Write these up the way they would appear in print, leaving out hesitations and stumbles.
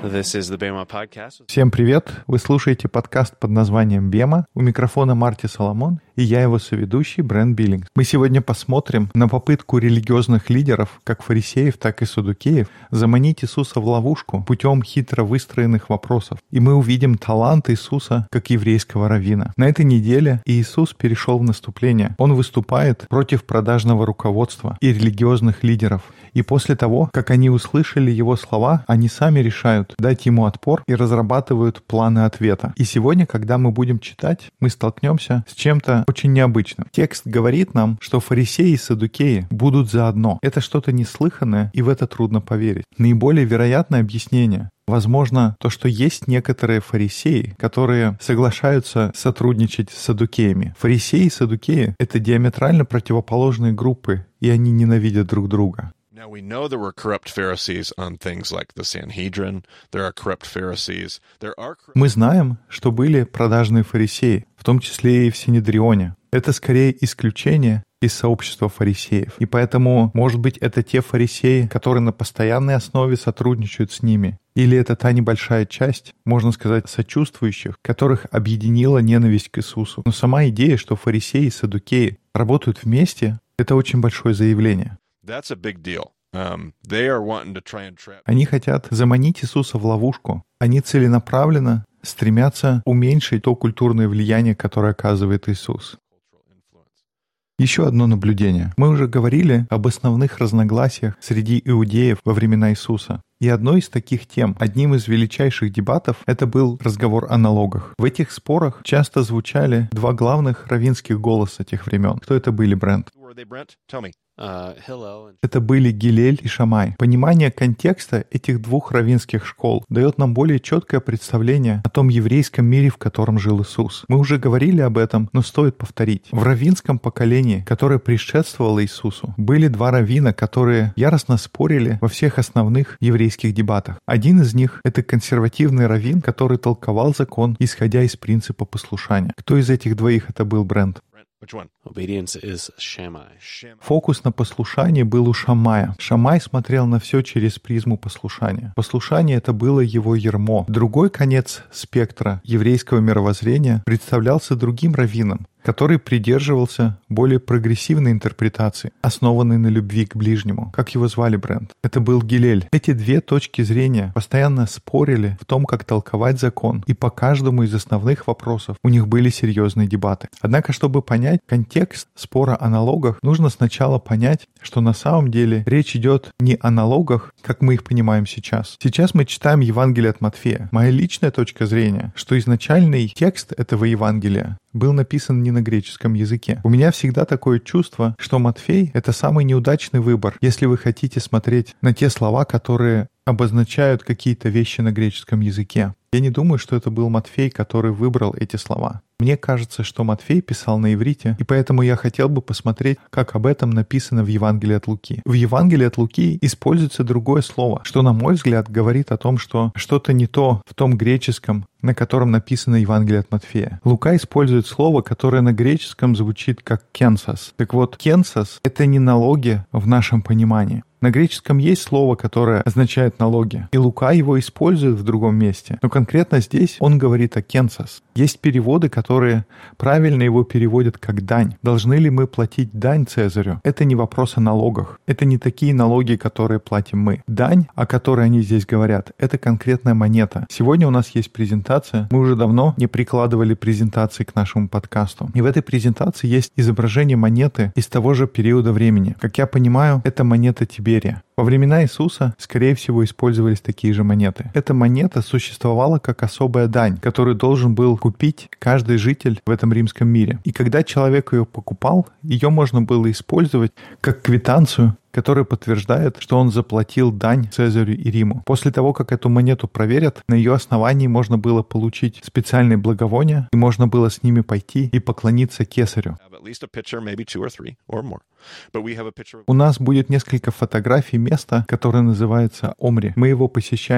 This is the Bema Podcast. Всем привет! Вы слушаете подкаст под названием «Бема». У микрофона Марти Соломон, и я его соведущий Брент Биллингс. Мы сегодня посмотрим на попытку религиозных лидеров, как фарисеев, так и саддукеев, заманить Иисуса в ловушку путем хитро выстроенных вопросов. И мы увидим талант Иисуса как еврейского раввина. На этой неделе Иисус перешел в наступление. Он выступает против продажного руководства и религиозных лидеров. И после того, как они услышали его слова, они сами решают дать ему отпор и разрабатывают планы ответа. И сегодня, когда мы будем читать, мы столкнемся с чем-то очень необычным. Текст говорит нам, что фарисеи и саддукеи будут заодно. Это что-то неслыханное, и в это трудно поверить. Наиболее вероятное объяснение — возможно, то, что есть некоторые фарисеи, которые соглашаются сотрудничать с саддукеями. Фарисеи и саддукеи — это диаметрально противоположные группы, и они ненавидят друг друга. Now we know there were corrupt Pharisees on things like the Sanhedrin. There are corrupt Pharisees. Мы знаем, что были продажные фарисеи, в том числе и в Синедрионе. Это скорее исключение из сообщества фарисеев. И поэтому, может быть, это те фарисеи, которые на постоянной основе сотрудничают с ними. Или это та небольшая часть, можно сказать, сочувствующих, которых объединила ненависть к Иисусу. Но сама идея, что фарисеи и саддукеи работают вместе, это очень большое заявление. That's a big deal. They are wanting to try and trap. Они хотят заманить Иисуса в ловушку. Они целенаправленно стремятся уменьшить то культурное влияние, которое оказывает Иисус. Еще одно наблюдение. Мы уже говорили об основных разногласиях среди иудеев во времена Иисуса. И одной из таких тем, одним из величайших дебатов, это был разговор о налогах. В этих спорах часто звучали два главных раввинских голоса тех времен. Кто это были, Брент? Who are they, Brent? Tell me. Это были Гилель и Шамай. Понимание контекста этих двух раввинских школ дает нам более четкое представление о том еврейском мире, в котором жил Иисус. Мы уже говорили об этом, но стоит повторить. В раввинском поколении, которое предшествовало Иисусу, были два раввина, которые яростно спорили во всех основных еврейских дебатах. Один из них — это консервативный раввин, который толковал закон, исходя из принципа послушания. Кто из этих двоих это был, Брент? Which one? Obedience is Shammai. Фокус на послушании был у Шамая. Шамай смотрел на все через призму послушания. Послушание — это было его ярмо. Другой конец спектра еврейского мировоззрения представлялся другим раввином, который придерживался более прогрессивной интерпретации, основанной на любви к ближнему. Как его звали, Брент? Это был Гилель. Эти две точки зрения постоянно спорили в том, как толковать закон, и по каждому из основных вопросов у них были серьезные дебаты. Однако, чтобы понять контекст спора о налогах, нужно сначала понять, что на самом деле речь идет не о налогах, как мы их понимаем сейчас. Сейчас мы читаем Евангелие от Матфея. Моя личная точка зрения, что изначальный текст этого Евангелия был написан не на греческом языке. У меня всегда такое чувство, что Матфей — это самый неудачный выбор, если вы хотите смотреть на те слова, которые обозначают какие-то вещи на греческом языке. Я не думаю, что это был Матфей, который выбрал эти слова. Мне кажется, что Матфей писал на иврите, и поэтому я хотел бы посмотреть, как об этом написано в Евангелии от Луки. В Евангелии от Луки используется другое слово, что, на мой взгляд, говорит о том, что что-то не то в том греческом, на котором написано Евангелие от Матфея. Лука использует слово, которое на греческом звучит как «кенсос». Так вот, «кенсос» — это не налоги в нашем понимании. На греческом есть слово, которое означает налоги, и Лука его использует в другом месте. Но конкретно здесь он говорит о «кенсос». Есть переводы, которые правильно его переводят как «дань». Должны ли мы платить дань Цезарю? Это не вопрос о налогах. Это не такие налоги, которые платим мы. Дань, о которой они здесь говорят, это конкретная монета. Сегодня у нас есть презентация. Мы уже давно не прикладывали презентации к нашему подкасту. И в этой презентации есть изображение монеты из того же периода времени. Как я понимаю, это монета Тиберия. Во времена Иисуса, скорее всего, использовались такие же монеты. Эта монета существовала как особая дань, которую должен был купить каждый житель в этом римском мире. И когда человек ее покупал, ее можно было использовать как квитанцию, которая подтверждает, что он заплатил дань Цезарю и Риму. После того, как эту монету проверят, на ее основании можно было получить специальные благовония, и можно было с ними пойти и поклониться Кесарю. У нас будет несколько фотографий места, которое называется Омри. Мы его посещаем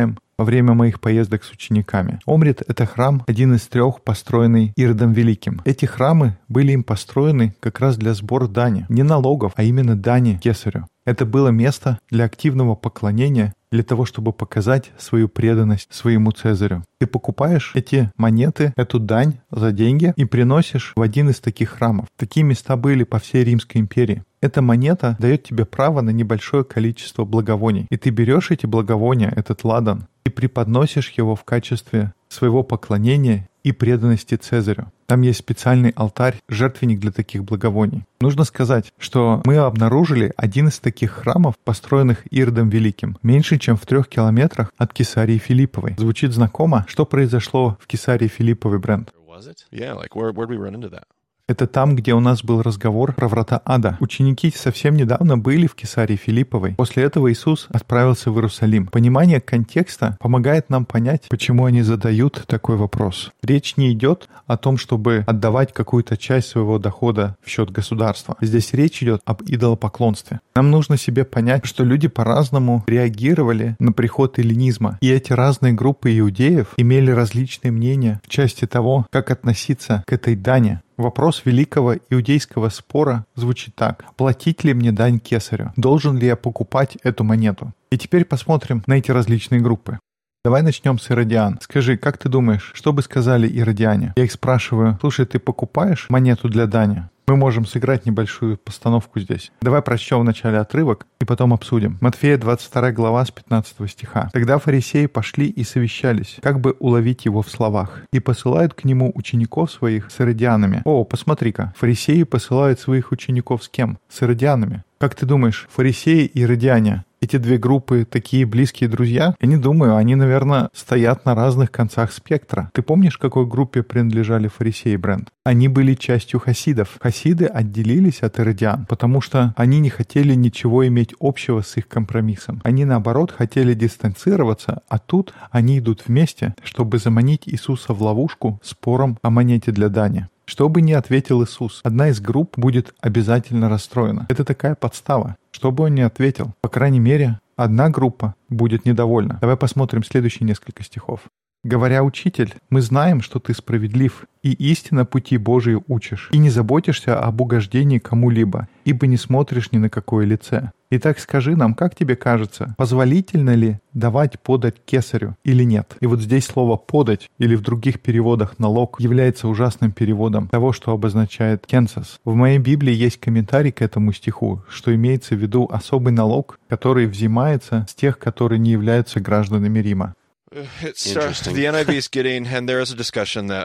во время моих поездок с учениками. Омрид — это храм, один из 3, построенный Иродом Великим. Эти храмы были им построены как раз для сбора дани. Не налогов, а именно дани Кесарю. Это было место для активного поклонения, для того, чтобы показать свою преданность своему Цезарю. Ты покупаешь эти монеты, эту дань за деньги и приносишь в один из таких храмов. Такие места были по всей Римской империи. Эта монета дает тебе право на небольшое количество благовоний. И ты берешь эти благовония, этот ладан, и преподносишь его в качестве своего поклонения и преданности Цезарю. Там есть специальный алтарь, жертвенник для таких благовоний. Нужно сказать, что мы обнаружили один из таких храмов, построенных Иродом Великим, меньше, чем в 3 километрах от Кесарии Филипповой. Звучит знакомо? Что произошло в Кесарии Филипповой, Брент? Was it? Yeah, like where'd we run into that? Это там, где у нас был разговор про врата ада. Ученики совсем недавно были в Кесарии Филипповой. После этого Иисус отправился в Иерусалим. Понимание контекста помогает нам понять, почему они задают такой вопрос. Речь не идет о том, чтобы отдавать какую-то часть своего дохода в счет государства. Здесь речь идет об идолопоклонстве. Нам нужно себе понять, что люди по-разному реагировали на приход эллинизма. И эти разные группы иудеев имели различные мнения в части того, как относиться к этой дани. Вопрос великого иудейского спора звучит так. Платить ли мне дань Кесарю? Должен ли я покупать эту монету? И теперь посмотрим на эти различные группы. Давай начнем с иродиан. Скажи, как ты думаешь, что бы сказали иродиане? Я их спрашиваю, слушай, ты покупаешь монету для дани? Мы можем сыграть небольшую постановку здесь. Давай прочтем вначале отрывок и потом обсудим. Матфея 22 глава с 15 стиха. «Тогда фарисеи пошли и совещались, как бы уловить его в словах, и посылают к нему учеников своих с иродианами». О, посмотри-ка, фарисеи посылают своих учеников с кем? С иродианами. Как ты думаешь, фарисеи и иродиане, эти две группы такие близкие друзья? Я не думаю, они, наверное, стоят на разных концах спектра. Ты помнишь, какой группе принадлежали фарисеи, Брент? Они были частью хасидов. Хасиды отделились от иродиан, потому что они не хотели ничего иметь общего с их компромиссом. Они, наоборот, хотели дистанцироваться, а тут они идут вместе, чтобы заманить Иисуса в ловушку спором о монете для дани. Что бы ни ответил Иисус, одна из групп будет обязательно расстроена. Это такая подстава. Что бы он ни ответил, по крайней мере, одна группа будет недовольна. Давай посмотрим следующие несколько стихов. «Говоря, учитель, мы знаем, что ты справедлив, и истинно пути Божии учишь, и не заботишься об угождении кому-либо, ибо не смотришь ни на какое лице. Итак, скажи нам, как тебе кажется, позволительно ли давать подать Кесарю или нет?» И вот здесь слово «подать» или в других переводах «налог» является ужасным переводом того, что обозначает «кенсас». В моей Библии есть комментарий к этому стиху, что имеется в виду особый налог, который взимается с тех, которые не являются гражданами Рима. It's the NIV is getting, and there is a discussion that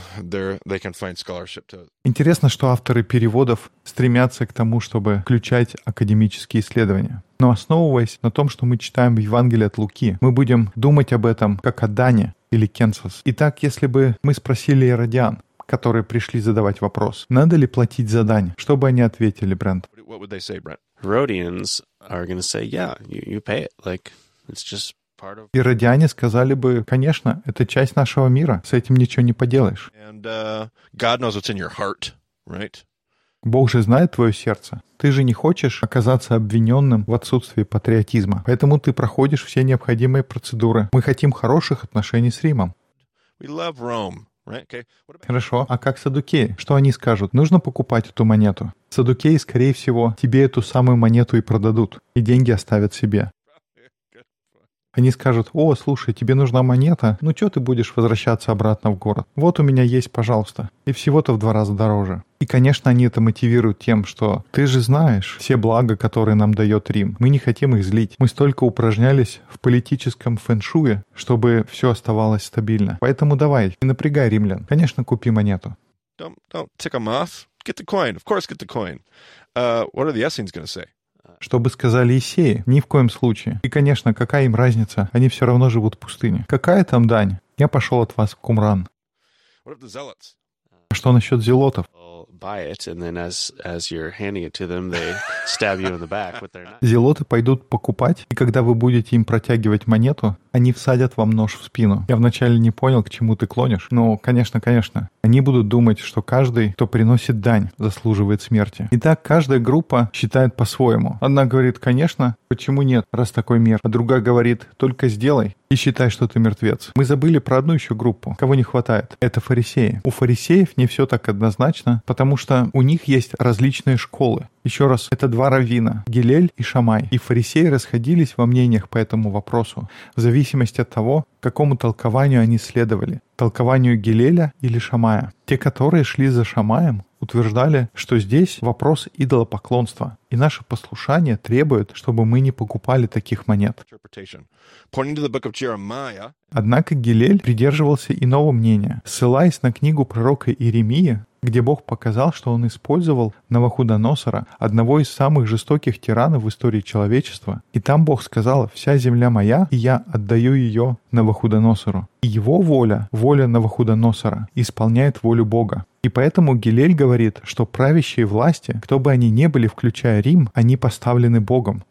they can find scholarship to. Интересно, что авторы переводов стремятся к тому, чтобы включать академические исследования. Но основываясь на том, что мы читаем в Евангелии от Луки, мы будем думать об этом как о дане или кенсас. Итак, если бы мы спросили иродиан, которые пришли задавать вопрос, надо ли платить за дань, что бы они ответили, Брент? What would they say, Brent? Herodians are going to say, yeah, you pay it. Like, it's just part of... Иродиане сказали бы, конечно, это часть нашего мира, с этим ничего не поделаешь. And God knows what's in your heart, right? Бог же знает твое сердце. Ты же не хочешь оказаться обвиненным в отсутствии патриотизма, поэтому ты проходишь все необходимые процедуры. Мы хотим хороших отношений с Римом. We love Rome, right? Okay. What about... Хорошо, а как саддукеи? Что они скажут? Нужно покупать эту монету. Саддукеи, скорее всего, тебе эту самую монету и продадут, и деньги оставят себе. Они скажут: «О, слушай, тебе нужна монета? Ну что ты будешь возвращаться обратно в город? Вот у меня есть, пожалуйста». И всего-то в 2 раза дороже. И, конечно, они это мотивируют тем, что ты же знаешь все блага, которые нам дает Рим. Мы не хотим их злить. Мы столько упражнялись в политическом фэншуе, чтобы все оставалось стабильно. Поэтому давай, не напрягай римлян. Конечно, купи монету. Don't tick them off. Get the coin. Of course, get the coin. What are the Essenes going to say? Что бы сказали Иссеи? Ни в коем случае. И, конечно, какая им разница? Они все равно живут в пустыне. Какая там дань? Я пошел от вас в Кумран. What of the zealots? А что насчет зелотов? buy it, and then as you're handing it to them, they stab you in the back with their knife. Зелоты пойдут покупать, и когда вы будете им протягивать монету, они всадят вам нож в спину. Я вначале не понял, к чему ты клонишь, но, конечно. Они будут думать, что каждый, кто приносит дань, заслуживает смерти. И так каждая группа считает по-своему. Одна говорит, конечно, почему нет, раз такой мир. А другая говорит, только сделай и считай, что ты мертвец. Мы забыли про одну еще группу. Кого не хватает? Это фарисеи. У фарисеев не все так однозначно, потому что у них есть различные школы. Еще раз, это два раввина, Гилель и Шамай. И фарисеи расходились во мнениях по этому вопросу, в зависимости от того, какому толкованию они следовали. Толкованию Гилеля или Шамая. Те, которые шли за Шамаем, утверждали, что здесь вопрос идолопоклонства, и наше послушание требует, чтобы мы не покупали таких монет. Однако Гилель придерживался иного мнения, ссылаясь на книгу пророка Иеремии, где Бог показал, что он использовал Навуходоносора, одного из самых жестоких тиранов в истории человечества. И там Бог сказал: «Вся земля моя, и я отдаю ее Навуходоносору». И его воля, воля Навуходоносора, исполняет волю Бога. И поэтому Гилель говорит, что правящие власти, кто бы они ни были, включая Рим, они поставлены Богом.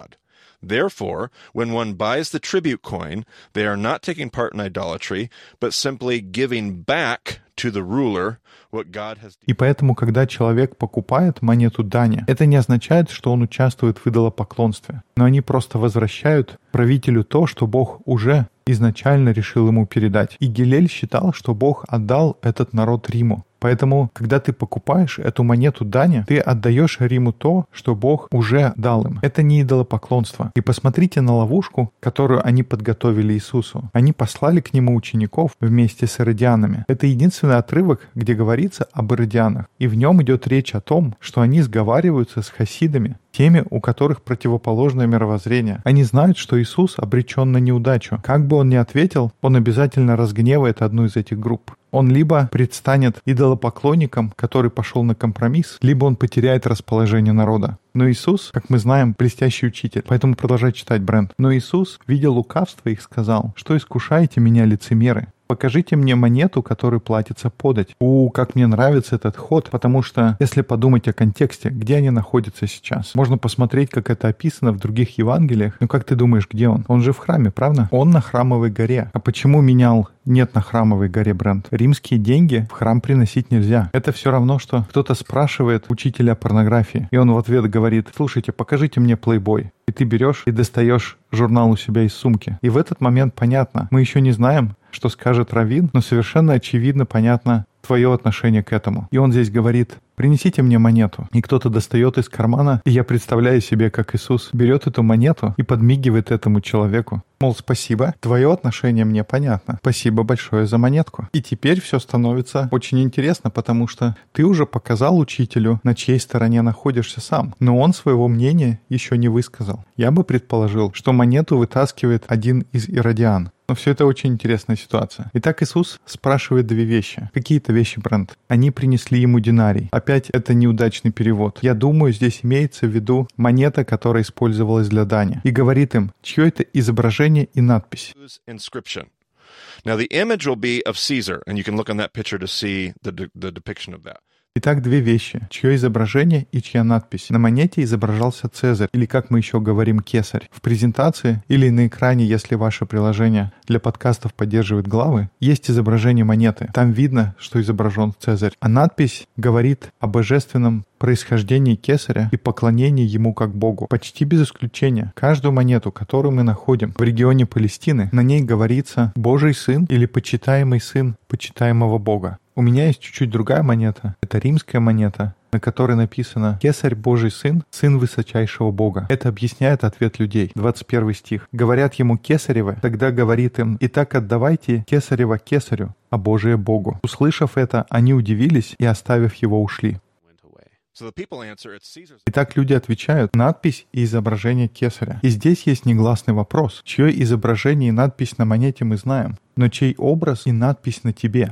Therefore, when one buys the tribute coin, they are not taking part in idolatry, but simply giving back to the ruler what God has. И поэтому, когда человек покупает монету дани, это не означает, что он участвует в идолопоклонстве, но они просто возвращают правителю то, что Бог уже изначально решил ему передать. И Гилель считал, что Бог отдал этот народ Риму. Поэтому, когда ты покупаешь эту монету дани, ты отдаешь Риму то, что Бог уже дал им. Это не идолопоклонство. И посмотрите на ловушку, которую они подготовили Иисусу. Они послали к нему учеников вместе с иродианами. Это единственный отрывок, где говорится об иродианах. И в нем идет речь о том, что они сговариваются с хасидами, теми, у которых противоположное мировоззрение. Они знают, что Иисус обречен на неудачу. Как бы он ни ответил, он обязательно разгневает одну из этих групп. Он либо предстанет идолопоклонником, который пошел на компромисс, либо он потеряет расположение народа. Но Иисус, как мы знаем, блестящий учитель. Поэтому продолжай читать, Брент. Но Иисус, видя лукавство их, сказал: «Что искушаете меня, лицемеры? Покажите мне монету, которой платится подать». Как мне нравится этот ход, потому что, если подумать о контексте, где они находятся сейчас, можно посмотреть, как это описано в других Евангелиях. Ну как ты думаешь, где он? Он же в храме, правда? Он на Храмовой горе. А почему менял «нет» на Храмовой горе, Брент? Римские деньги в храм приносить нельзя. Это все равно, что кто-то спрашивает учителя о порнографии, и он в ответ говорит: «Слушайте, покажите мне Playboy». И ты берешь и достаешь журнал у себя из сумки. И в этот момент понятно, мы еще не знаем, что скажет раввин, но совершенно очевидно понятно твое отношение к этому. И он здесь говорит: «Принесите мне монету». И кто-то достает из кармана, и я представляю себе, как Иисус берет эту монету и подмигивает этому человеку. Мол, спасибо, твое отношение мне понятно. Спасибо большое за монетку. И теперь все становится очень интересно, потому что ты уже показал учителю, на чьей стороне находишься сам. Но он своего мнения еще не высказал. Я бы предположил, что монету вытаскивает один из иродиан. Но все это очень интересная ситуация. Итак, Иисус спрашивает две вещи. Какие-то вещи, Брент. Они принесли ему динарий. Опять это неудачный перевод. Я думаю, здесь имеется в виду монета, которая использовалась для дани. И говорит им, чье это изображение и надпись. Now the image will be of Caesar, and you can look on that picture to see the depiction of that. Итак, две вещи. Чье изображение и чья надпись. На монете изображался Цезарь, или как мы еще говорим, Кесарь. В презентации или на экране, если ваше приложение для подкастов поддерживает главы, есть изображение монеты. Там видно, что изображен Цезарь. А надпись говорит о божественном происхождении Кесаря и поклонении ему как Богу. Почти без исключения. Каждую монету, которую мы находим в регионе Палестины, на ней говорится «Божий сын» или «почитаемый сын почитаемого Бога». У меня есть чуть-чуть другая монета. Это римская монета, на которой написано «Кесарь Божий сын, сын высочайшего Бога». Это объясняет ответ людей. 21 стих. Говорят ему «Кесарево», тогда говорит им: «Итак отдавайте Кесарево Кесарю, а Божие Богу». Услышав это, они удивились и, оставив его, ушли. Итак, люди отвечают: надпись и изображение Кесаря. И здесь есть негласный вопрос. Чье изображение и надпись на монете мы знаем, но чей образ и надпись на тебе?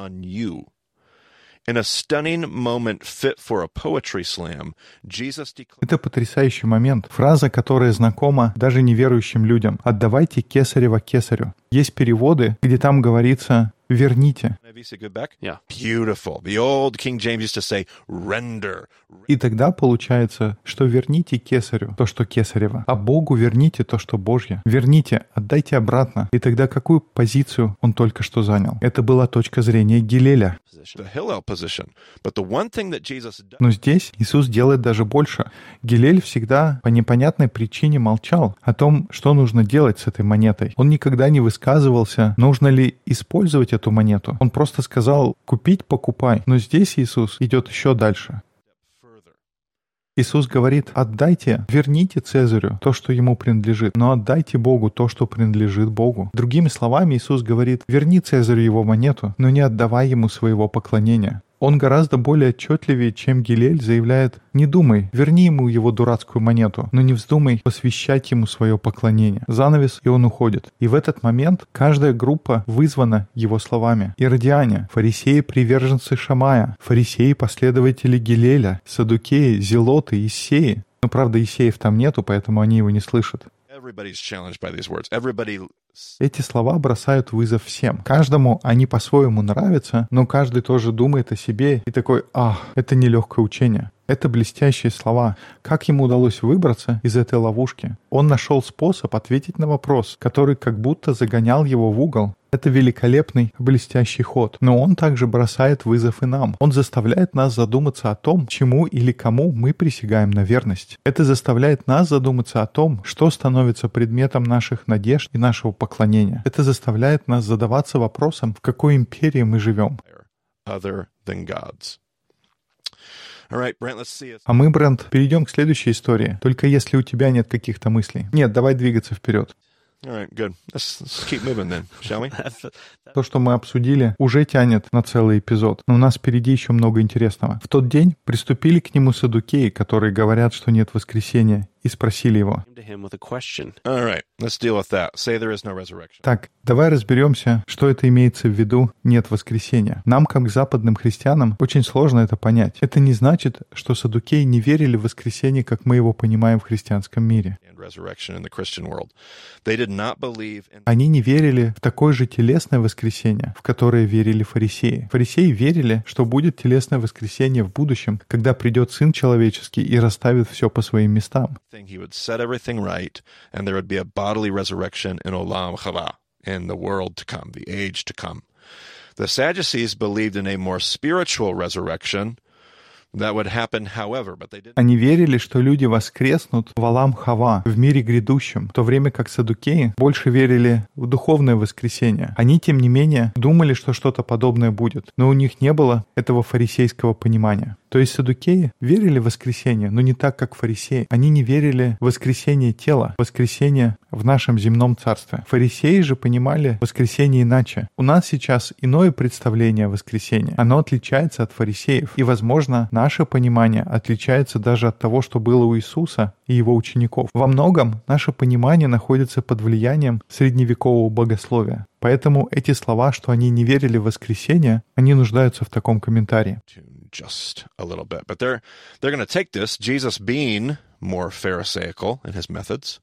Это потрясающий момент. Фраза, которая знакома даже неверующим людям. «Отдавайте Кесарево Кесарю». Есть переводы, где там говорится «верните». NIV, good back? Yeah. Beautiful. The old King James used to say, render. И тогда получается, что верните кесарю то, что кесарево, а Богу верните то, что Божье. Верните, отдайте обратно. И тогда какую позицию он только что занял? Это была точка зрения Гилеля. The Hillel position. But the one thing that Jesus does... Но здесь Иисус делает даже больше. Гилель всегда по непонятной причине молчал о том, что нужно делать с этой монетой. Он никогда не высказывался, нужно ли использовать эту монету. Он просто сказал: купить, покупай. Но здесь Иисус идет еще дальше. Иисус говорит: отдайте, верните Цезарю то, что ему принадлежит, но отдайте Богу то, что принадлежит Богу. Другими словами, Иисус говорит: верни Цезарю его монету, но не отдавай ему своего поклонения. Он гораздо более отчетливее, чем Гилель, заявляет: не думай, верни ему его дурацкую монету, но не вздумай посвящать ему свое поклонение. Занавес, и он уходит. И в этот момент каждая группа вызвана его словами. Иродиане, фарисеи, приверженцы Шамая, фарисеи, последователи Гилеля, саддукеи, зелоты, иссеи. Но, правда, иссеев там нету, поэтому они его не слышат. Everybody's challenged by these words. Everybody... Эти слова бросают вызов всем. Каждому они по-своему нравятся, но каждый тоже думает о себе и такой: это нелегкое учение. Это блестящие слова. Как ему удалось выбраться из этой ловушки? Он нашел способ ответить на вопрос, который как будто загонял его в угол. Это великолепный, блестящий ход. Но он также бросает вызов и нам. Он заставляет нас задуматься о том, чему или кому мы присягаем на верность. Это заставляет нас задуматься о том, что становится предметом наших надежд и нашего поклонения. Это заставляет нас задаваться вопросом, в какой империи мы живем. Other than God's. All right, Brent, let's see it. А мы, Брент, перейдем к следующей истории. Только если у тебя нет каких-то мыслей. Нет, давай двигаться вперед. All right, good. Let's keep moving then, shall we? То, что мы обсудили, уже тянет на целый эпизод, но у нас впереди еще много интересного. В тот день приступили к нему саддукеи, которые говорят, что нет воскресения, и спросили его: To him with a question. All right, let's deal with that. Say there is no resurrection. так, давай разберемся, что это имеется в виду «нет воскресения». Нам, как западным христианам, очень сложно это понять. Это не значит, что саддукеи не верили в воскресение, как мы его понимаем в христианском мире. And resurrection in the Christian world. They did not believe in... Они не верили в такое же телесное воскресение, в которое верили фарисеи. Фарисеи верили, что будет телесное воскресение в будущем, когда придет Сын Человеческий и расставит все по своим местам. He would set everything right, and there would be a bodily resurrection in Olam Haba, in the world to come, the age to come. The Sadducees believed in a more spiritual resurrection that would happen, however, but they didn't. Они верили, что люди воскреснут в Олам Хава, в мире грядущем, в то время как саддукеи больше верили в духовное воскресение. Они, тем не менее, думали, что что-то подобное будет, но у них не было этого фарисейского понимания. То есть саддукеи верили в воскресение, но не так, как фарисеи. Они не верили в воскресение тела, воскресение в нашем земном царстве. Фарисеи же понимали воскресение иначе. У нас сейчас иное представление о воскресении. Оно отличается от фарисеев. И, возможно, наше понимание отличается даже от того, что было у Иисуса и его учеников. Во многом наше понимание находится под влиянием средневекового богословия. Поэтому эти слова, что они не верили в воскресение, они нуждаются в таком комментарии. Just a little bit. But they're going to take this, Jesus being more pharisaical in his methods.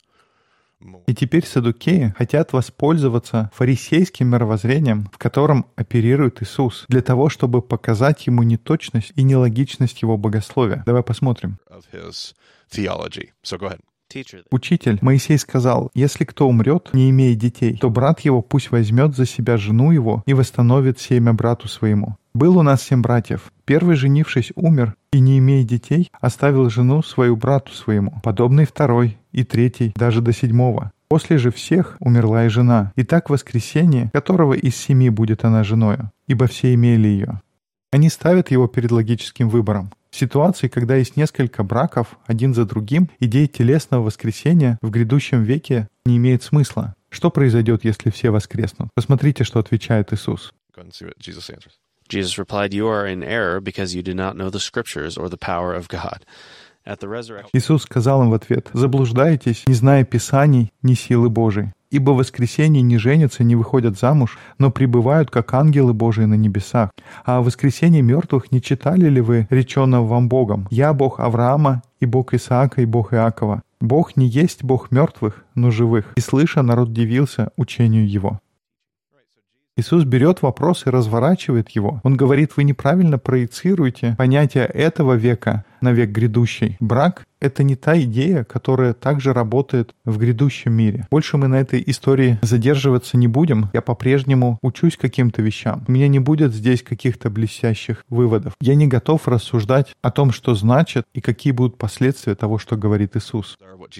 И теперь саддукеи хотят воспользоваться фарисейским мировоззрением, в котором оперирует Иисус, для того, чтобы показать ему неточность и нелогичность его богословия. Давай посмотрим. Of his theology. So go ahead. Teacher. Учитель, Моисей сказал: если кто умрет, не имея детей, то брат его пусть возьмет за себя жену его и восстановит семя брату своему. Был у нас 7 братьев. Первый, женившись, умер, и, не имея детей, оставил жену свою брату своему. Подобный второй, и третий, даже до 7. После же всех умерла и жена. И так воскресение, которого из 7 будет она женою, ибо все имели ее. Они ставят его перед логическим выбором. В ситуации, когда есть несколько браков, один за другим, идея телесного воскресения в грядущем веке не имеет смысла. Что произойдет, если все воскреснут? Посмотрите, что отвечает Иисус. Go ahead and see what Jesus answers. Jesus replied, "You are in error because you do not know the scriptures or the power of God." At the resurrection, Иисус сказал им в ответ: «Заблуждаетесь, не зная Писаний, ни силы Божией. Ибо в воскресенье не женятся, не выходят замуж, но пребывают, как ангелы Божии на небесах. А о воскресении мертвых не читали ли вы реченного вам Богом? Я Бог Авраама, и Бог Исаака, и Бог Иакова. Бог не есть Бог мертвых, но живых». И слыша, народ дивился учению его. Иисус берет вопрос и разворачивает его. Он говорит, вы неправильно проецируете понятие этого века на век грядущий. Брак — это не та идея, которая также работает в грядущем мире. Больше мы на этой истории задерживаться не будем. Я по-прежнему учусь каким-то вещам. У меня не будет здесь каких-то блестящих выводов. Я не готов рассуждать о том, что значит и какие будут последствия того, что говорит Иисус.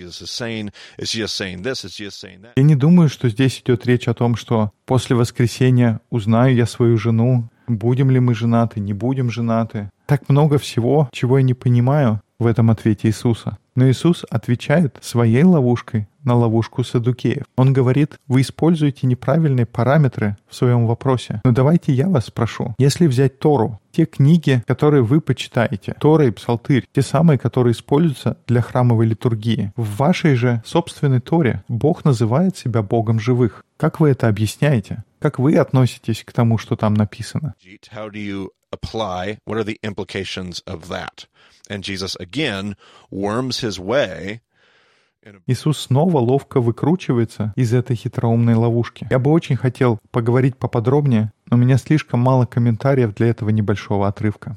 Я не думаю, что здесь идет речь о том, что после воскресения узнаю я свою жену, будем ли мы женаты, не будем женаты. Так много всего, чего я не понимаю в этом ответе Иисуса. Но Иисус отвечает своей ловушкой на ловушку саддукеев. Он говорит, вы используете неправильные параметры в своем вопросе. Но давайте я вас спрошу. Если взять Тору, те книги, которые вы почитаете, Тора и Псалтырь, те самые, которые используются для храмовой литургии, в вашей же собственной Торе Бог называет себя Богом живых. Как вы это объясняете? Как вы относитесь к тому, что там написано? Apply, what are the implications of that? And Jesus again worms his way. Иисус снова ловко выкручивается из этой хитроумной ловушки. Я бы очень хотел поговорить поподробнее, но у меня слишком мало комментариев для этого небольшого отрывка.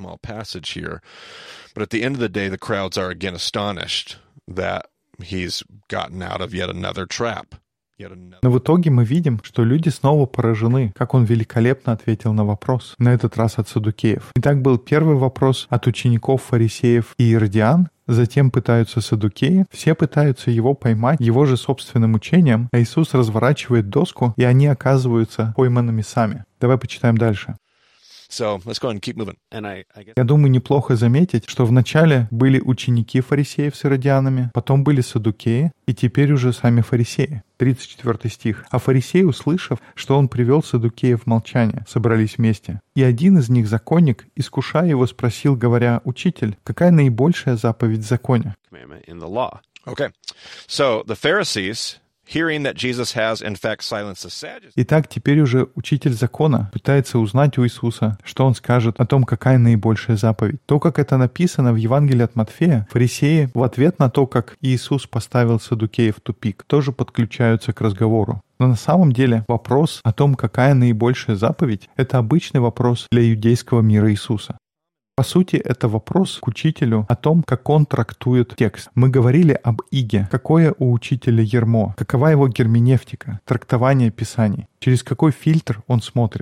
But at the end of the day, the crowds are again astonished that he's gotten out of yet another trap. Но в итоге мы видим, что люди снова поражены, как он великолепно ответил на вопрос, на этот раз от саддукеев. Итак, был первый вопрос от учеников фарисеев и иродиан, затем пытаются саддукеи, все пытаются его поймать его же собственным учением, а Иисус разворачивает доску, и они оказываются пойманными сами. Давай почитаем дальше. So, let's go ahead and keep moving. Я думаю, неплохо заметить, что вначале были ученики фарисеев с иродианами, потом были саддукеи, и теперь уже сами фарисеи. 34 стих. «А фарисеи, услышав, что он привел саддукеев в молчание, собрались вместе. И один из них, законник, искушая его, спросил, говоря, «Учитель, какая наибольшая заповедь в законе?» Okay. So, the Pharisees, hearing that Jesus has, in fact, silenced the Sadducees. Итак, теперь уже учитель закона пытается узнать у Иисуса, что он скажет о том, какая наибольшая заповедь. То, как это написано в Евангелии от Матфея, фарисеи в ответ на то, как Иисус поставил саддукеев в тупик, тоже подключаются к разговору. Но на самом деле вопрос о том, какая наибольшая заповедь, это обычный вопрос для иудейского мира Иисуса. По сути, это вопрос к учителю о том, как он трактует текст. Мы говорили об иге. Какое у учителя ярмо? Какова его герменевтика, трактование Писаний? Через какой фильтр он смотрит?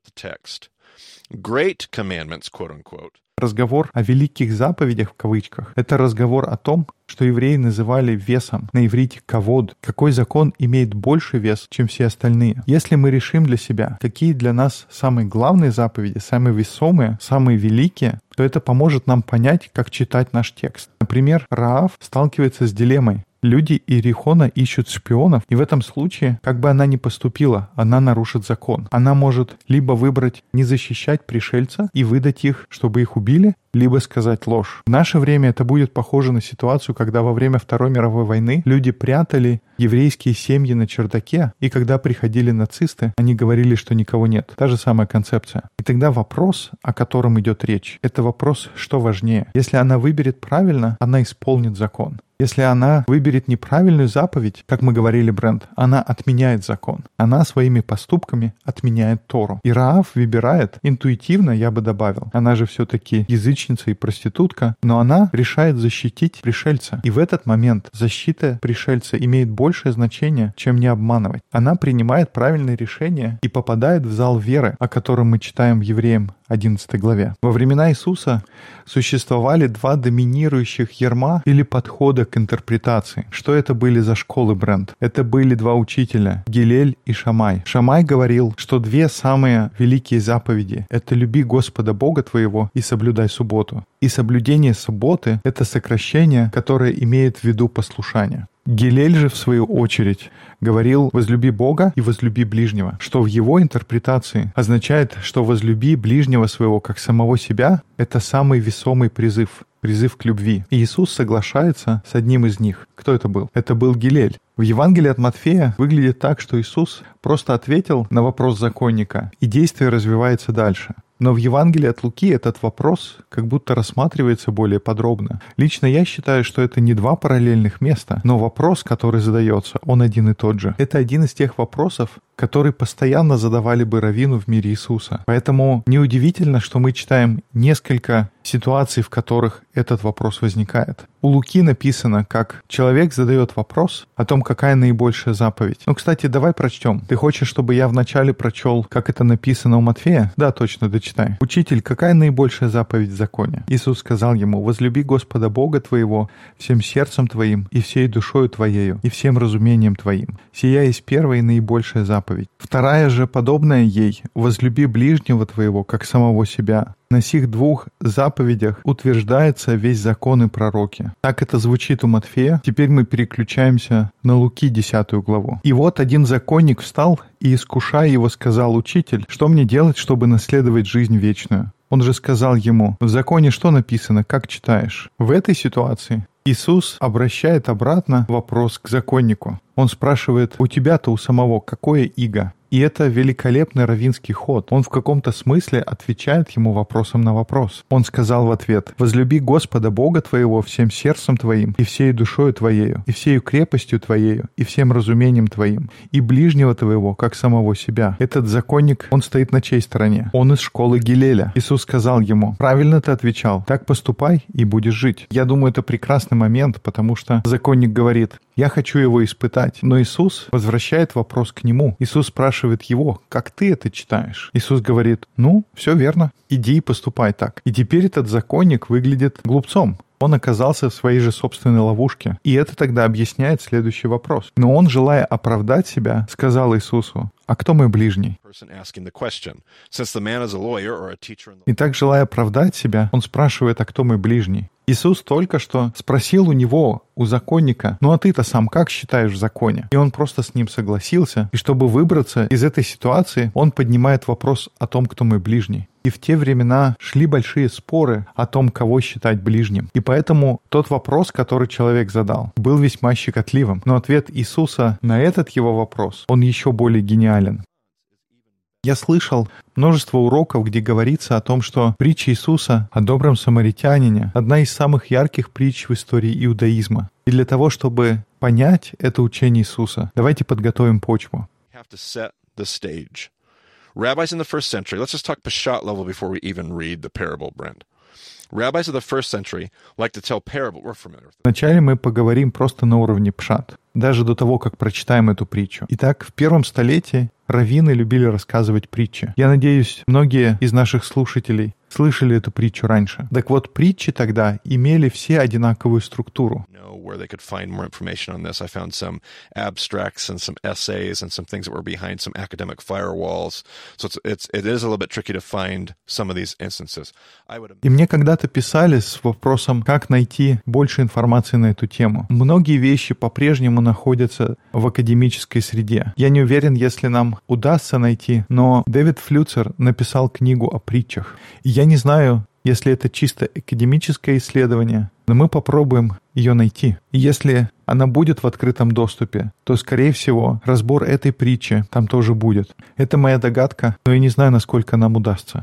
Great commandments, quote unquote. Разговор о великих заповедях в кавычках — это разговор о том, что евреи называли весом, на иврите кавод, какой закон имеет больше вес, чем все остальные. Если мы решим для себя, какие для нас самые главные заповеди, самые весомые, самые великие, то это поможет нам понять, как читать наш текст. Например, Раав сталкивается с дилеммой. Люди Иерихона ищут шпионов, и в этом случае, как бы она ни поступила, она нарушит закон. Она может либо выбрать не защищать пришельца и выдать их, чтобы их убили, либо сказать ложь. В наше время это будет похоже на ситуацию, когда во время Второй мировой войны люди прятали еврейские семьи на чердаке, и когда приходили нацисты, они говорили, что никого нет. Та же самая концепция. И тогда вопрос, о котором идет речь, это вопрос, что важнее. Если она выберет правильно, она исполнит закон. Если она выберет неправильную заповедь, как мы говорили, Брент, она отменяет закон. Она своими поступками отменяет Тору. И Раав выбирает интуитивно, я бы добавил. Она же все-таки язычница и проститутка, но она решает защитить пришельца. И в этот момент защита пришельца имеет большее значение, чем не обманывать. Она принимает правильное решение и попадает в зал веры, о котором мы читаем в Евреям 11 главе. Во времена Иисуса существовали два доминирующих ярма или подхода к интерпретации. Что это были за школы, Брент? Это были два учителя, Гилель и Шамай. Шамай говорил, что две самые великие заповеди — это «люби Господа Бога твоего и соблюдай субботу». И соблюдение субботы — это сокращение, которое имеет в виду послушание. Гилель же, в свою очередь, говорил «возлюби Бога и возлюби ближнего», что в его интерпретации означает, что «возлюби ближнего своего как самого себя» — это самый весомый призыв к любви. И Иисус соглашается с одним из них. Кто это был? Это был Гилель. В Евангелии от Матфея выглядит так, что Иисус просто ответил на вопрос законника, и действие развивается дальше. Но в Евангелии от Луки этот вопрос как будто рассматривается более подробно. Лично я считаю, что это не два параллельных места, но вопрос, который задается, он один и тот же. Это один из тех вопросов, которые постоянно задавали бы раввину в мире Иисуса. Поэтому неудивительно, что мы читаем несколько ситуаций, в которых этот вопрос возникает. У Луки написано, как человек задает вопрос о том, какая наибольшая заповедь. Ну, кстати, давай прочтем. Ты хочешь, чтобы я вначале прочел, как это написано у Матфея? Да, точно, дочитай. «Учитель, какая наибольшая заповедь в законе?» Иисус сказал ему: «Возлюби Господа Бога твоего всем сердцем твоим и всей душою твоею и всем разумением твоим. Сия есть первая и наибольшая заповедь. Вторая же, подобная ей: возлюби ближнего твоего, как самого себя. На сих двух заповедях утверждается весь закон и пророки». Так это звучит у Матфея. Теперь мы переключаемся на Луки 10 главу. «И вот один законник встал и, искушая его, сказал: Учитель, что мне делать, чтобы наследовать жизнь вечную? Он же сказал ему: в законе что написано, как читаешь?» В этой ситуации Иисус обращает обратно вопрос к законнику. Он спрашивает: у тебя-то у самого какое иго? И это великолепный раввинский ход. Он в каком-то смысле отвечает ему вопросом на вопрос. Он сказал в ответ: «Возлюби Господа Бога твоего всем сердцем твоим, и всею душою твоею, и всею крепостью твоею, и всем разумением твоим, и ближнего твоего, как самого себя». Этот законник, он стоит на чьей стороне? Он из школы Гилеля. Иисус сказал ему: «Правильно ты отвечал, так поступай, и будешь жить». Я думаю, это прекрасный момент, потому что законник говорит: «Я хочу его испытать». Но Иисус возвращает вопрос к нему. Иисус спрашивает его: «Как ты это читаешь?» Иисус говорит: «Ну, все верно. Иди и поступай так». И теперь этот законник выглядит глупцом. Он оказался в своей же собственной ловушке. И это тогда объясняет следующий вопрос. Но он, желая оправдать себя, сказал Иисусу: «А кто мой ближний?» Итак, желая оправдать себя, он спрашивает: «А кто мой ближний?» Иисус только что спросил у него, у законника: «Ну а ты-то сам как считаешь в законе?» И он просто с ним согласился. И чтобы выбраться из этой ситуации, он поднимает вопрос о том, кто мой ближний. И в те времена шли большие споры о том, кого считать ближним. И поэтому тот вопрос, который человек задал, был весьма щекотливым. Но ответ Иисуса на этот его вопрос, он еще более гениален. Я слышал множество уроков, где говорится о том, что притча Иисуса о добром самаритянине — одна из самых ярких притч в истории иудаизма. И для того, чтобы понять это учение Иисуса, давайте подготовим почву. Rabbis in the first century, let's just talk Peshat level before we even read the parable, Brent. Rabbis of the first century like to tell parable. We're familiar with that. Вначале мы поговорим просто на уровне пшат, даже до того, как прочитаем эту притчу. Итак, в первом столетии раввины любили рассказывать притчи. Я надеюсь, многие из наших слушателей слышали эту притчу раньше. Так вот, притчи тогда имели все одинаковую структуру. Where they could find more information on this. I found some abstracts and some essays and some things that were behind some academic firewalls. So it is a little bit tricky to find some of these instances. И мне когда-то писали с вопросом, как найти больше информации на эту тему. Многие вещи по-прежнему находятся в академической среде. Я не уверен, если нам удастся найти, но Дэвид Флюцер написал книгу о притчах. И я не знаю, если это чисто академическое исследование, но мы попробуем ее найти. И если она будет в открытом доступе, то, скорее всего, разбор этой притчи там тоже будет. Это моя догадка, но я не знаю, насколько нам удастся.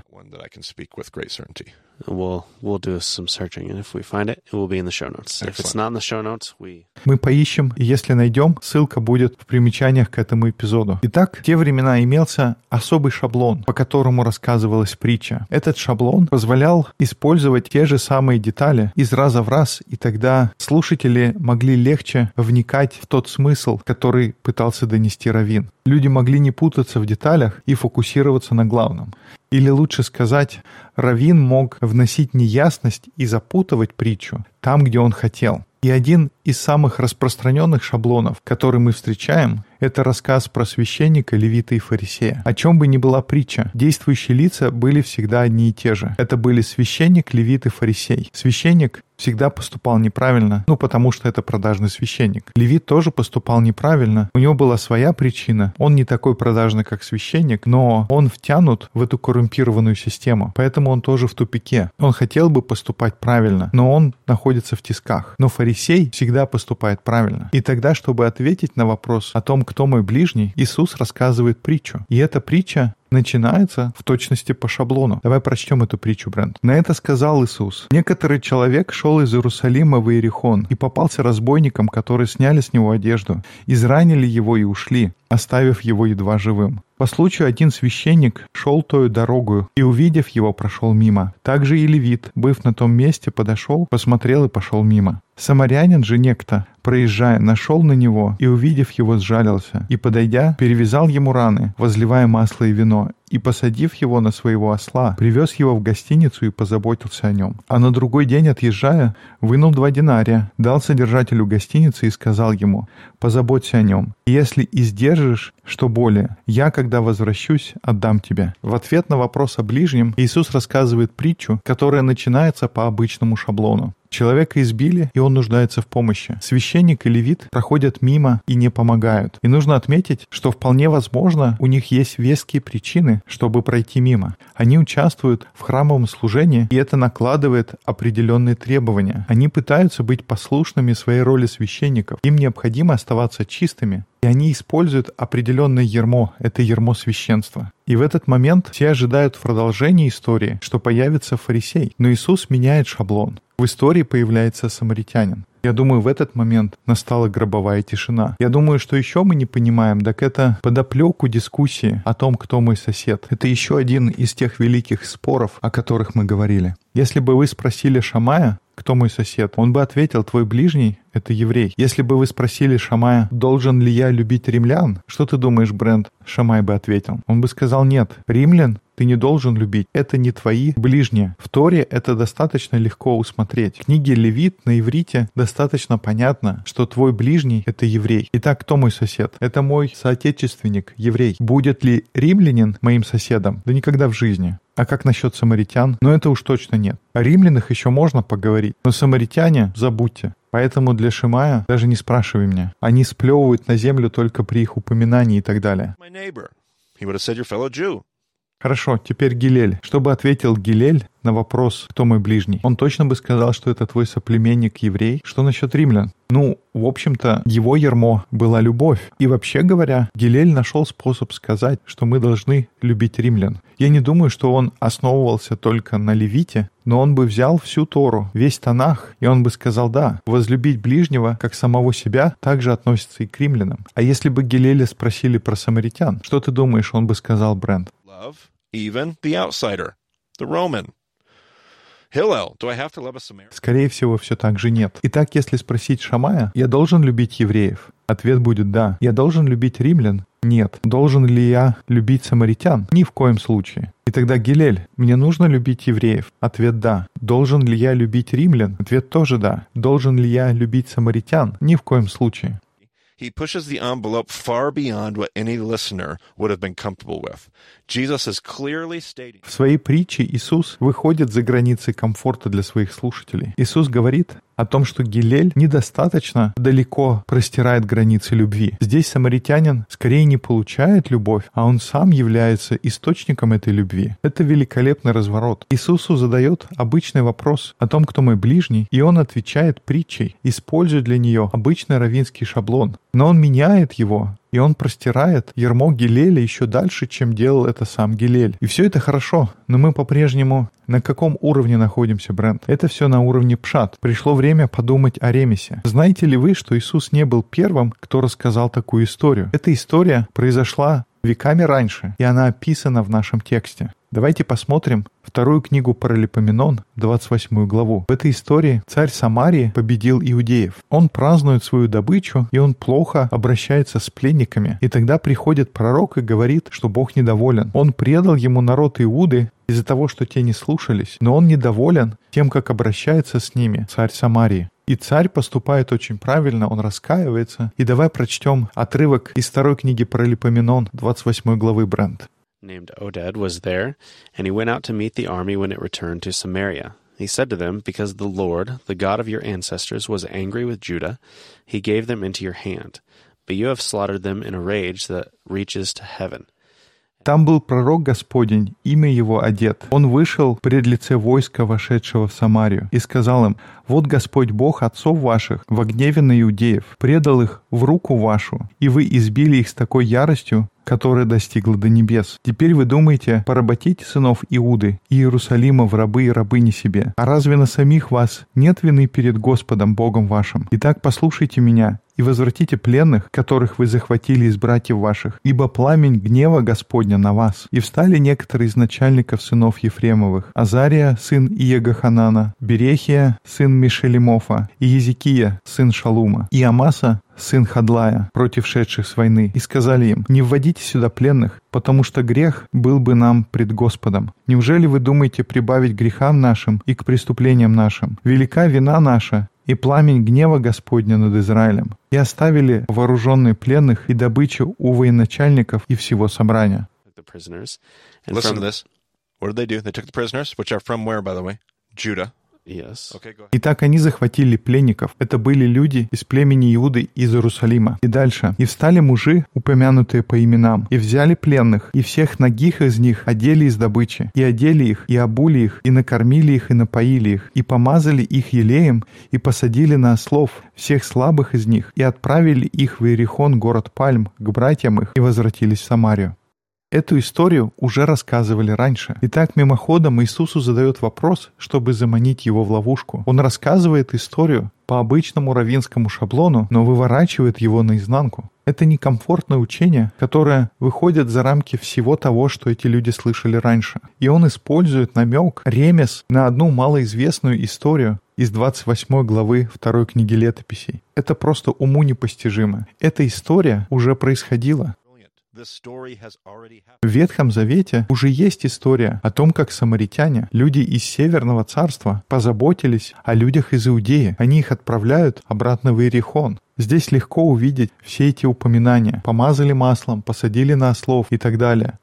We'll do some searching, and if we find it, it will be in the show notes. Excellent. If it's not in the show notes, Мы поищем, и если найдем, ссылка будет в примечаниях к этому эпизоду. Итак, в те времена имелся особый шаблон, по которому рассказывалась притча. Этот шаблон позволял использовать те же самые детали из раза в раз, и тогда слушатели могли легче вникать в тот смысл, который пытался донести раввин. Люди могли не путаться в деталях и фокусироваться на главном. Или лучше сказать, раввин мог вносить неясность и запутывать притчу там, где он хотел. И один из самых распространенных шаблонов, который мы встречаем, это рассказ про священника, левита и фарисея. О чем бы ни была притча, действующие лица были всегда одни и те же. Это были священник, левит и фарисей. Священник всегда поступал неправильно, потому что это продажный священник. Левит тоже поступал неправильно. У него была своя причина. Он не такой продажный, как священник, но он втянут в эту коррумпированную систему. Поэтому он тоже в тупике. Он хотел бы поступать правильно, но он находится в тисках. Но фарисей всегда поступает правильно. И тогда, чтобы ответить на вопрос о том, кто мой ближний, Иисус рассказывает притчу. И эта притча начинается в точности по шаблону. Давай прочтем эту притчу, Брент. «На это сказал Иисус: некоторый человек шел из Иерусалима в Иерихон и попался разбойникам, которые сняли с него одежду, изранили его и ушли. оставив его едва живым. По случаю один священник шел тою дорогою, и, увидев его, прошел мимо. Также и левит, быв на том месте, подошел, посмотрел и пошел мимо. Самарянин же некто, проезжая, нашел на него и, увидев его, сжалился, и, подойдя, перевязал ему раны, возливая масло и вино, и, посадив его на своего осла, привез его в гостиницу и позаботился о нем. А на другой день, отъезжая, вынул 2 динария, дал содержателю гостиницы и сказал ему: «Позаботься о нем, и если издержишь, что более, я, когда возвращусь, отдам тебе». В ответ на вопрос о ближнем Иисус рассказывает притчу, которая начинается по обычному шаблону. Человека избили, и он нуждается в помощи. Священник и левит проходят мимо и не помогают. И нужно отметить, что вполне возможно, у них есть веские причины, чтобы пройти мимо. Они участвуют в храмовом служении, и это накладывает определенные требования. Они пытаются быть послушными своей роли священников. Им необходимо оставаться чистыми. И они используют определенное ярмо, это ярмо священства. И в этот момент все ожидают в продолжении истории, что появится фарисей. Но Иисус меняет шаблон. В истории появляется самаритянин. Я думаю, в этот момент настала гробовая тишина. Я думаю, что еще мы не понимаем, так это подоплеку дискуссии о том, кто мой сосед. Это еще один из тех великих споров, о которых мы говорили. Если бы вы спросили Шамая, кто мой сосед, он бы ответил: твой ближний — это еврей. Если бы вы спросили Шамая, должен ли я любить римлян, что ты думаешь, Брент? Шамай бы ответил. Он бы сказал: нет, римлян ты не должен любить. Это не твои ближние. В Торе это достаточно легко усмотреть. В книге Левит на иврите достаточно понятно, что твой ближний — это еврей. Итак, кто мой сосед? Это мой соотечественник, еврей. Будет ли римлянин моим соседом? Да никогда в жизни. А как насчет самаритян? Ну это уж точно нет. О римлянах еще можно поговорить, но самаритяне забудьте. Поэтому для Шимая даже не спрашивай меня. Они сплевывают на землю только при их упоминании и так далее. Хорошо, теперь Гилель. Что бы ответил Гилель на вопрос, кто мой ближний? Он точно бы сказал, что это твой соплеменник еврей. Что насчет римлян? Ну, в общем-то, его ярмо была любовь. И вообще говоря, Гилель нашел способ сказать, что мы должны любить римлян. Я не думаю, что он основывался только на Левите, но он бы взял всю Тору, весь Танах, и он бы сказал: да, возлюбить ближнего, как самого себя, также относится и к римлянам. А если бы Гилеля спросили про самаритян, что ты думаешь, он бы сказал, Брент? Even the outsider, the Roman. Hillel, do I have to love a Samaritan? Скорее всего, все так же нет. Итак, если спросить Шамая, я должен любить евреев? Ответ будет да. Я должен любить римлян? Нет. Должен ли я любить самаритян? Ни в коем случае. И тогда Гилель, мне нужно любить евреев? Ответ да. Должен ли я любить римлян? Ответ тоже да. Должен ли я любить самаритян? Ни в коем случае. He pushes the envelope far beyond what any listener would have been comfortable with. Jesus is clearly stating... В своей притче Иисус выходит за границы комфорта для своих слушателей. Иисус говорит о том, что Гилель недостаточно далеко простирает границы любви. Здесь самаритянин скорее не получает любовь, а он сам является источником этой любви. Это великолепный разворот. Иисусу задает обычный вопрос о том, кто мой ближний, и он отвечает притчей, используя для нее обычный раввинский шаблон. Но он меняет его, и он простирает ярмо Гилеля еще дальше, чем делал это сам Гилель. И все это хорошо, но мы по-прежнему на каком уровне находимся, Брент? Это все на уровне пшат. Пришло время подумать о ремесе. Знаете ли вы, что Иисус не был первым, кто рассказал такую историю? Эта история произошла веками раньше, и она описана в нашем тексте. Давайте посмотрим вторую книгу Паралипоменон, 28 главу. В этой истории царь Самарии победил иудеев. Он празднует свою добычу, и он плохо обращается с пленниками. И тогда приходит пророк и говорит, что Бог недоволен. Он предал ему народ Иуды из-за того, что те не слушались. Но он недоволен тем, как обращается с ними царь Самарии. И царь поступает очень правильно, он раскаивается. И давай прочтем отрывок из второй книги Паралипоменон, 28 главы, Брент. Named Oded was there, and he went out to meet the army when it returned to Samaria. He said to them, because the Lord, the God of your ancestors, was angry with Judah, he gave them into your hand. But you have slaughtered them in a rage that reaches to heaven. Там был пророк Господень, имя его Одет. Он вышел пред лице войска, вошедшего в Самарию, и сказал им: «Вот Господь Бог отцов ваших во гневе на иудеев предал их в руку вашу, и вы избили их с такой яростью, которая достигла до небес. Теперь вы думаете поработить сынов Иуды и Иерусалима в рабы и рабыни себе. А разве на самих вас нет вины перед Господом Богом вашим? Итак, послушайте меня и возвратите пленных, которых вы захватили из братьев ваших, ибо пламень гнева Господня на вас. И встали некоторые из начальников сынов Ефремовых: Азария, сын Иегоханана, Берехия, сын Мишелемофа, и Езекия, сын Шалума, и Амаса, сын Хадлая, против шедших с войны, и сказали им: не вводите сюда пленных, потому что грех был бы нам пред Господом. Неужели вы думаете прибавить грехам нашим и к преступлениям нашим? Велика вина наша и пламень гнева Господня над Израилем. И оставили вооруженные пленных и добычу у военачальников и всего собрания. Listen to this. What did they do? They took the prisoners, which are from where, by the way? Judah. Yes. Okay, go ahead. Итак, они захватили пленников. Это были люди из племени Иуды из Иерусалима. И дальше. «И встали мужи, упомянутые по именам, и взяли пленных, и всех нагих из них одели из добычи, и одели их, и обули их, и накормили их, и напоили их, и помазали их елеем, и посадили на ослов всех слабых из них, и отправили их в Иерихон, город Пальм, к братьям их, и возвратились в Самарию». Эту историю уже рассказывали раньше. Итак, мимоходом Иисусу задает вопрос, чтобы заманить его в ловушку. Он рассказывает историю по обычному раввинскому шаблону, но выворачивает его наизнанку. Это некомфортное учение, которое выходит за рамки всего того, что эти люди слышали раньше. И он использует намек, ремес на одну малоизвестную историю из 28 главы 2 книги Летописей. Это просто уму непостижимо. Эта история уже происходила. В Ветхом Завете уже есть история о том, как самаритяне, люди из Северного царства, позаботились о людях из Иудеи. Они их отправляют обратно в Иерихон. Здесь легко увидеть все эти упоминания. Помазали маслом, посадили на ослов и так далее.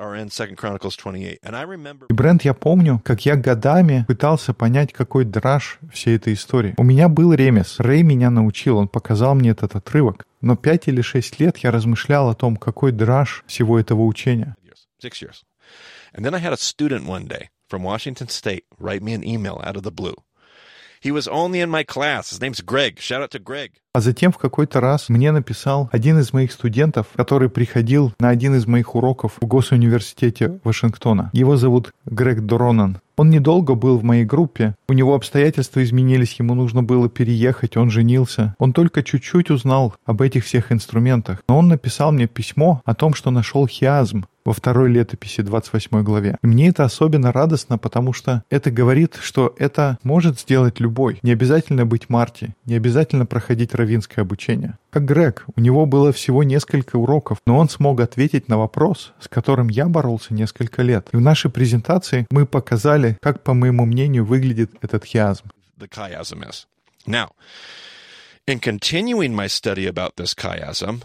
И, Брент, я помню, как я годами пытался понять, какой драж всей этой истории. У меня был ремес. Рэй меня научил, он показал мне этот отрывок. Но 5 или 6 лет я размышлял о том, какой драж всего этого учения. 6 years. And then I had a student one day from Washington State write me an email out of the blue. He was only in my class. His name's Greg. Shout out to Greg. А затем в какой-то раз мне написал один из моих студентов, который приходил на один из моих уроков в Госуниверситете Вашингтона. Его зовут Грег Доронан. Он недолго был в моей группе, у него обстоятельства изменились, ему нужно было переехать, он женился. Он только чуть-чуть узнал об этих всех инструментах, но он написал мне письмо о том, что нашел хиазм во 2 летописи 28 главе. И мне это особенно радостно, потому что это говорит, что это может сделать любой. Не обязательно быть Марти, не обязательно проходить раввинское обучение. Как Грег, у него было всего несколько уроков, но он смог ответить на вопрос, с которым я боролся несколько лет. И в нашей презентации мы показали, как, по моему мнению, выглядит этот хиазм. The chiasm is. Now, in continuing my study about this chiasm,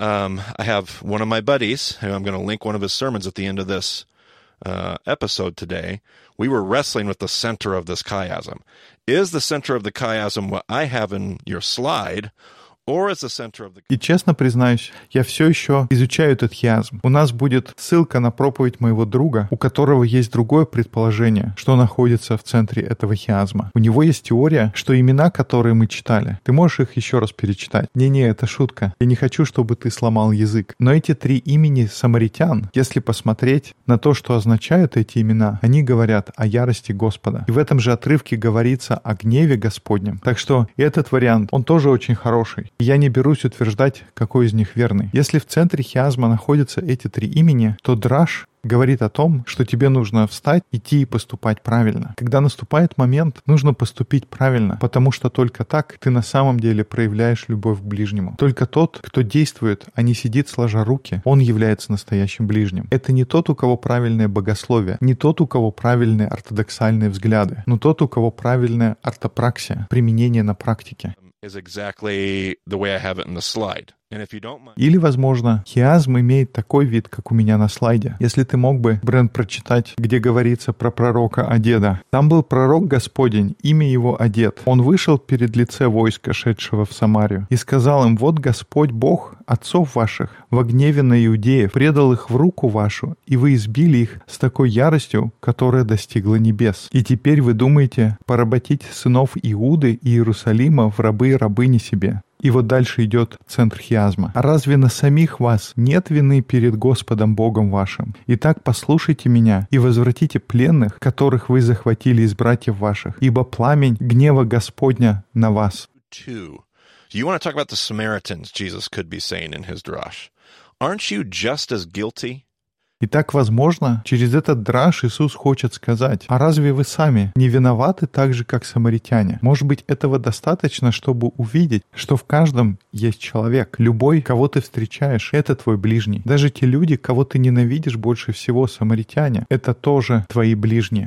I have one of my buddies, who I'm going to link one of his sermons at the end of this episode today. We were wrestling with the center of this chiasm. Is the center of the chiasm what I have in your slide, or is the center of the... И честно признаюсь, я все еще изучаю этот хиазм. У нас будет ссылка на проповедь моего друга, у которого есть другое предположение, что находится в центре этого хиазма. У него есть теория, что имена, которые мы читали, ты можешь их еще раз перечитать. Не-не, это шутка. Я не хочу, чтобы ты сломал язык. Но эти 3 имени самаритян, если посмотреть на то, что означают эти имена, они говорят о ярости Господа. И в этом же отрывке говорится о гневе Господнем. Так что этот вариант, он тоже очень хороший. Я не берусь утверждать, какой из них верный. Если в центре хиазма находятся эти 3 имени, то драж говорит о том, что тебе нужно встать, идти и поступать правильно. Когда наступает момент, нужно поступить правильно, потому что только так ты на самом деле проявляешь любовь к ближнему. Только тот, кто действует, а не сидит сложа руки, он является настоящим ближним. Это не тот, у кого правильное богословие, не тот, у кого правильные ортодоксальные взгляды, но тот, у кого правильная ортопраксия, применение на практике. is exactly the way I have it in the slide. And if you don't mind... Или, возможно, хиазм имеет такой вид, как у меня на слайде. Если ты мог бы, Брент, прочитать, где говорится про пророка Одеда. Там был пророк Господень, имя его Одед. Он вышел перед лице войска, шедшего в Самарию, и сказал им: «Вот Господь Бог отцов ваших во гневе на иудеев предал их в руку вашу, и вы избили их с такой яростью, которая достигла небес. И теперь вы думаете поработить сынов Иуды и Иерусалима в рабы и рабыни себе». И вот дальше идет центр хиазма. «А разве на самих вас нет вины перед Господом Богом вашим? Итак, послушайте меня и возвратите пленных, которых вы захватили из братьев ваших, ибо пламень гнева Господня на вас». You want to talk about the Samaritans, Jesus could be saying in his drash. Aren't you just as guilty? И так, возможно, через этот драш Иисус хочет сказать: а разве вы сами не виноваты так же, как самаритяне? Может быть, этого достаточно, чтобы увидеть, что в каждом есть человек. Любой, кого ты встречаешь, это твой ближний. Даже те люди, кого ты ненавидишь больше всего, самаритяне, это тоже твои ближние.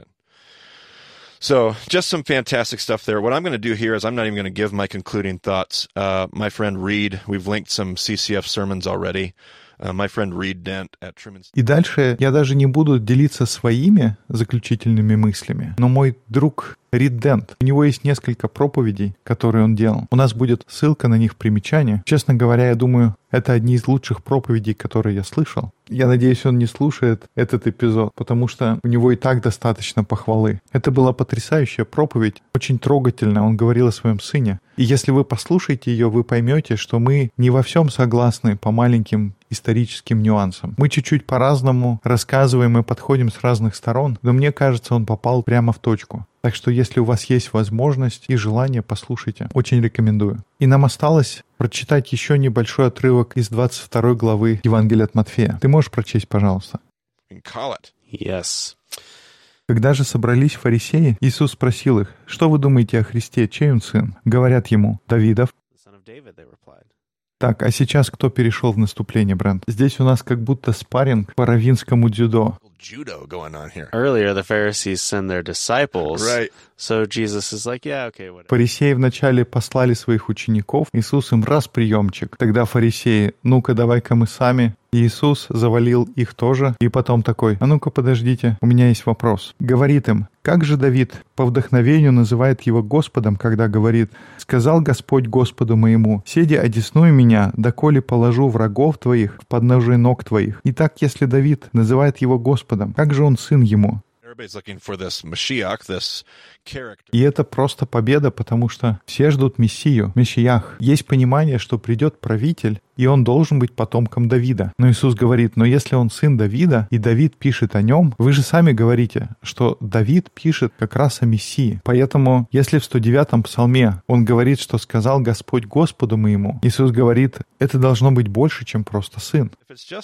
So, just some fantastic stuff there. What I'm going to do here is I'm not even going to give my concluding thoughts. My friend Reed, we've linked some CCF sermons already. My friend Reed Dent at Truman. И дальше я даже не буду делиться своими заключительными мыслями, но мой друг Рид Дент, у него есть несколько проповедей, которые он делал. У нас будет ссылка на них в примечании. Честно говоря, я думаю, это одни из лучших проповедей, которые я слышал. Я надеюсь, он не слушает этот эпизод, потому что у него и так достаточно похвалы. Это была потрясающая проповедь, очень трогательная. Он говорил о своем сыне. И если вы послушаете ее, вы поймете, что мы не во всем согласны по маленьким историческим нюансам. Мы чуть-чуть по-разному рассказываем и подходим с разных сторон, но мне кажется, он попал прямо в точку. Так что, если у вас есть возможность и желание, послушайте. Очень рекомендую. И нам осталось прочитать еще небольшой отрывок из 22 главы Евангелия от Матфея. Ты можешь прочесть, пожалуйста? Yes. Когда же собрались фарисеи, Иисус спросил их: «Что вы думаете о Христе? Чей он сын?» Говорят ему: «Давидов». Так, а сейчас кто перешел в наступление, Брент? Здесь у нас как будто спарринг по раввинскому дзюдо. Earlier, the Pharisees send their disciples, Right. So Jesus is like, yeah, okay, whatever. Фарисеи вначале послали своих учеников, Иисус им раз приемчик. Тогда фарисеи: «Ну-ка, давай-ка мы сами». И Иисус завалил их тоже, и потом такой: «А ну-ка, подождите, у меня есть вопрос». Говорит им: «Как же Давид по вдохновению называет его Господом, когда говорит: „Сказал Господь Господу моему: седи одесную меня, доколе положу врагов твоих в подножие ног твоих». Итак, если Давид называет его Господом, как же он сын ему?» И это просто победа, потому что все ждут Мессию, Мессиях. Есть понимание, что придет правитель, и он должен быть потомком Давида. Но Иисус говорит: «Но если он сын Давида, и Давид пишет о нем, вы же сами говорите, что Давид пишет как раз о Мессии. Поэтому, если в 109-м псалме он говорит, что сказал Господь Господу моему, Иисус говорит, это должно быть больше, чем просто сын».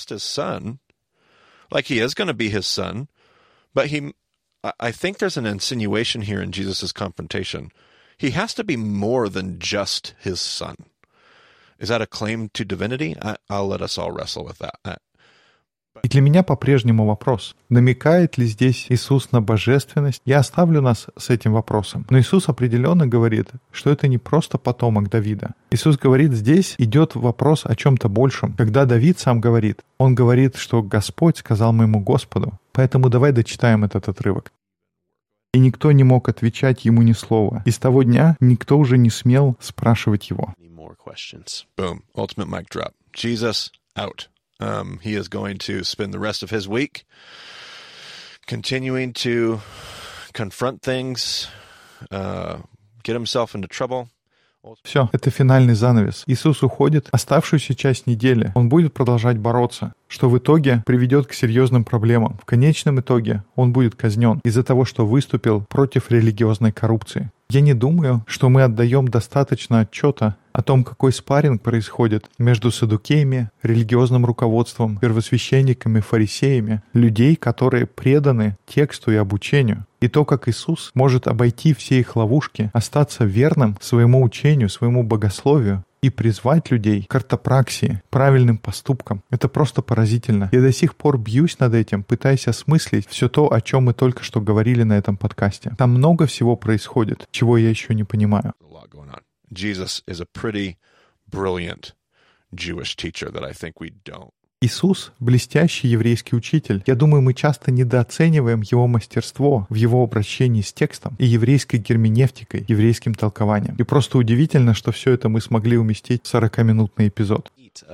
But I think there's an insinuation here in Jesus' confrontation. He has to be more than just his son. Is that a claim to divinity? I'll let us all wrestle with that. И для меня по-прежнему вопрос: намекает ли здесь Иисус на божественность? Я оставлю нас с этим вопросом. Но Иисус определенно говорит, что это не просто потомок Давида. Иисус говорит, здесь идет вопрос о чем-то большем. Когда Давид сам говорит, он говорит, что Господь сказал моему Господу. Поэтому давай дочитаем этот отрывок. «И никто не мог отвечать ему ни слова. И с того дня никто уже не смел спрашивать его». Boom. Ultimate mic drop. Jesus out. He is going to spend the rest of his week continuing to confront things, get himself into trouble. Все, это финальный занавес. Иисус уходит. Оставшуюся часть недели он будет продолжать бороться, что в итоге приведет к серьезным проблемам. В конечном итоге он будет казнен из-за того, что выступил против религиозной коррупции. Я не думаю, что мы отдаем достаточно отчета о том, какой спарринг происходит между саддукеями, религиозным руководством, первосвященниками, фарисеями, людей, которые преданы тексту и обучению. И то, как Иисус может обойти все их ловушки, остаться верным своему учению, своему богословию и призвать людей к ортопраксии, правильным поступкам. Это просто поразительно. Я до сих пор бьюсь над этим, пытаясь осмыслить все то, о чем мы только что говорили на этом подкасте. Там много всего происходит, чего я еще не понимаю. Jesus is a pretty brilliant Jewish teacher that I think we don't. Иисус — блестящий еврейский учитель. Я думаю, мы часто недооцениваем его мастерство в его обращении с текстом и еврейской герменевтикой, еврейским толкованием. И просто удивительно, что все это мы смогли уместить в 40-минутный эпизод.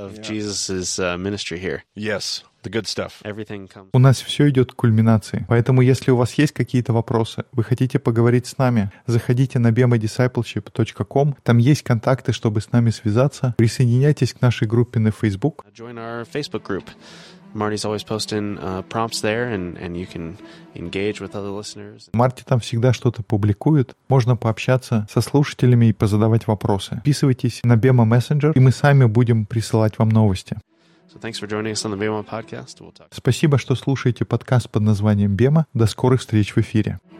Yes, the good stuff. У нас все идет к кульминации. Поэтому, если у вас есть какие-то вопросы, вы хотите поговорить с нами, заходите на bemadiscipleship.com. Там есть контакты, чтобы с нами связаться. Присоединяйтесь к нашей группе на Facebook. Marty's always posting prompts there, and you can engage with other listeners. Марти там всегда что-то публикует. Можно пообщаться со слушателями и позадавать вопросы. Подписывайтесь на Bema Messenger, и мы сами будем присылать вам новости. So thanks for joining us on the Bema podcast. We'll talk. Спасибо, что слушаете подкаст под названием «Бема». До скорых встреч в эфире.